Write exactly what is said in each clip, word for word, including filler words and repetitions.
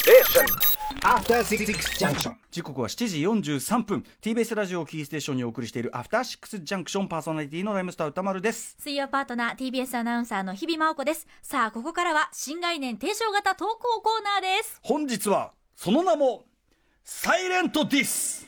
アフターシックスジャンクション。 時刻はしちじよんじゅうさんぷん。 ティービーエス ラジオキーステーションにお送りしているアフターシックスジャンクション、パーソナリティのライムスター歌丸です。 水曜パートナー ティービーエス アナウンサーの日々真央子です。さあここからは新概念提唱型投稿コーナーです。 本日はその名もサイレントディス。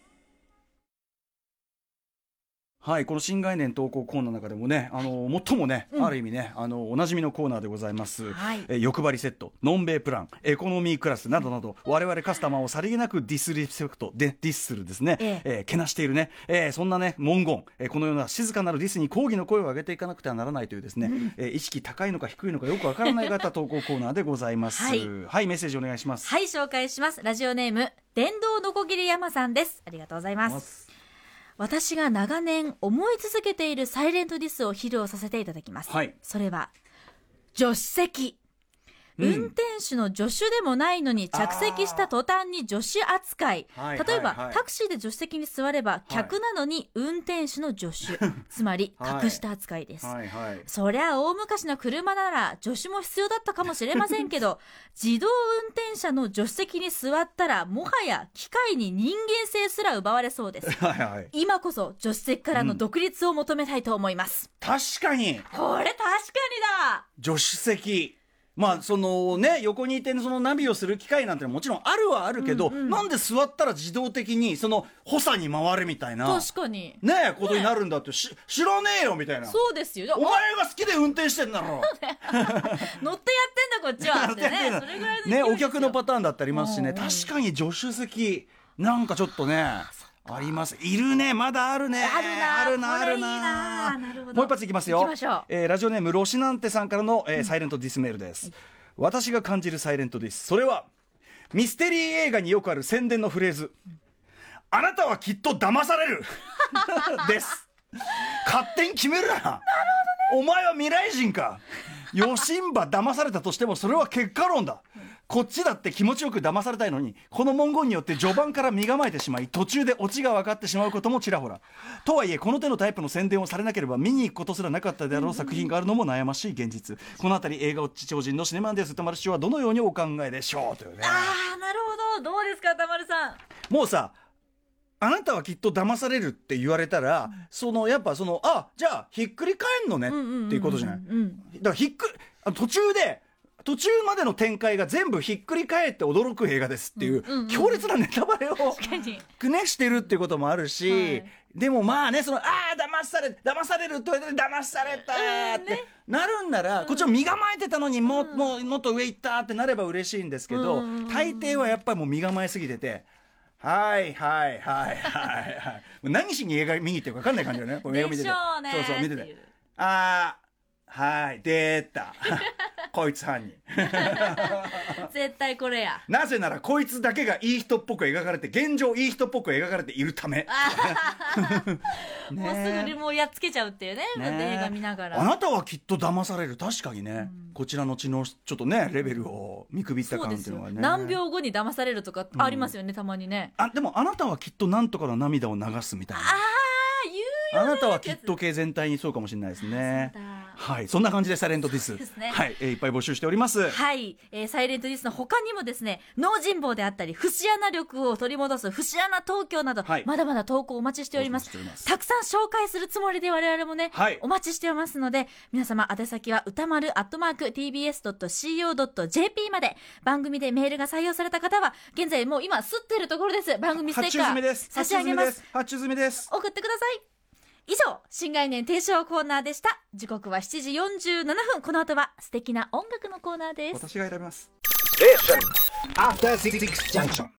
はい、この新概念投稿コーナーの中でもね、あの最もね、うん、ある意味ね、あのおなじみのコーナーでございます、はい、え欲張りセット、ノンベイプラン、エコノミークラスなどなど、我々カスタマーをさりげなくディスリスペクトでディスするですね、えええー、けなしているね、えー、そんなね文言、えー、このような静かなるディスに抗議の声を上げていかなくてはならないというですね、うんえー、意識高いのか低いのかよくわからない方投稿コーナーでございます。はい、はい、メッセージお願いします。 はい、紹介します。ラジオネーム電動のこぎり山さんです。ありがとうございます。私が長年思い続けているサイレントディスを披露させていただきます、はい、それは助手席、うん、運転手の助手でもないのに着席した途端に助手扱い、例えば、はいはい、タクシーで助手席に座れば客なのに運転手の助手、はい、つまり格下扱いです、はいはいはい、そりゃ大昔の車なら助手も必要だったかもしれませんけど自動運転者の助手席に座ったらもはや機械に人間性すら奪われそうですはい、はい、今こそ助手席からの独立を求めたいと思います、 うん、確かにこれ確かにだ。 助手席、まあそのね、横にいてそのナビをする機会なんてのはもちろんあるはあるけど、うんうん、なんで座ったら自動的にその補佐に回るみたいな確かにねことになるんだって、ね、知らねえよみたいな。 そうですよ、 お前が好きで運転してんだろ乗ってやってんだこっちはってねそれぐらいね、お客のパターンだってありますしね。確かに助手席なんかちょっとねあります。いるね、まだあるね。 あるな、 あるな、あるな。なるほど。もう一発いきますよ。行きましょう。えー、ラジオネームロシナンテさんからの、えー、サイレントディスメールです、うん、私が感じるサイレントディス、それはミステリー映画によくある宣伝のフレーズ、うん、あなたはきっと騙されるです勝手に決めるな。なるほどね。お前は未来人か。ヨシンバ騙されたとしてもそれは結果論だ。こっちだって気持ちよく騙されたいのに、この文言によって序盤から身構えてしまい、途中でオチが分かってしまうこともちらほら。とはいえこの手のタイプの宣伝をされなければ見に行くことすらなかったであろう作品があるのも悩ましい現実。このあたり映画ウォッチ超人のシネマンデス歌丸師匠はどのようにお考えでしょうというね。 ああ、なるほど。どうですか歌丸さん。 もうさ、あなたはきっと騙されるって言われたら、うん、そのやっぱそのあじゃあひっくり返んのねっていうことじゃない。だからひっくり途中で途中までの展開が全部ひっくり返って驚く映画ですっていう、うんうんうん、強烈なネタバレをねしてるっていうこともあるし、はい、でもまあね、そのああ騙され騙されると騙されたってなるんなら、うん、こっちも身構えてたのにも、うん、もうもっと上行ったってなれば嬉しいんですけど、うん、大抵はやっぱりもう身構えすぎてて、はいはいはいはいはい何しに映画見に行ってるか分かんない感じだね。これ映画見てて、そうそう見てて、ああはい出たこいつ犯人絶対これや。 なぜならこいつだけがいい人っぽく描かれて、現状いい人っぽく描かれているためもうすぐにもうやっつけちゃうっていうね、ね映画見ながら。 あなたはきっと騙される。確かにね、うん、こちらの知能ちょっとねレベルを見くびった感っていうのはね、 何秒後に騙されるとかありますよね、うん、たまにね。 あでもあなたはきっとなんとかの涙を流すみたいな、 ああなたはきっと系全体にそうかもしれないですね。はい、そんな感じでサイレントディス、ね、はい、えー、いっぱい募集しております。 はい、えー、サイレントディスの他にもですね、脳人坊であったり節穴力を取り戻す節穴東京など、はい、まだまだ投稿お待ちしております。たくさん紹介するつもりで我々もね、はい、お待ちしておりますので、皆様宛先は歌丸アットマーク ティービーエスドットシーオードットジェーピー まで。番組でメールが採用された方は現在もう今吸ってるところです。番組ステッカー差し上げます。 発注済みです。 送ってください。以上、新概念提唱コーナーでした。時刻はしちじよんじゅうななふん。この後は素敵な音楽のコーナーです。 私が選びます。 アフターシックスジャンクション。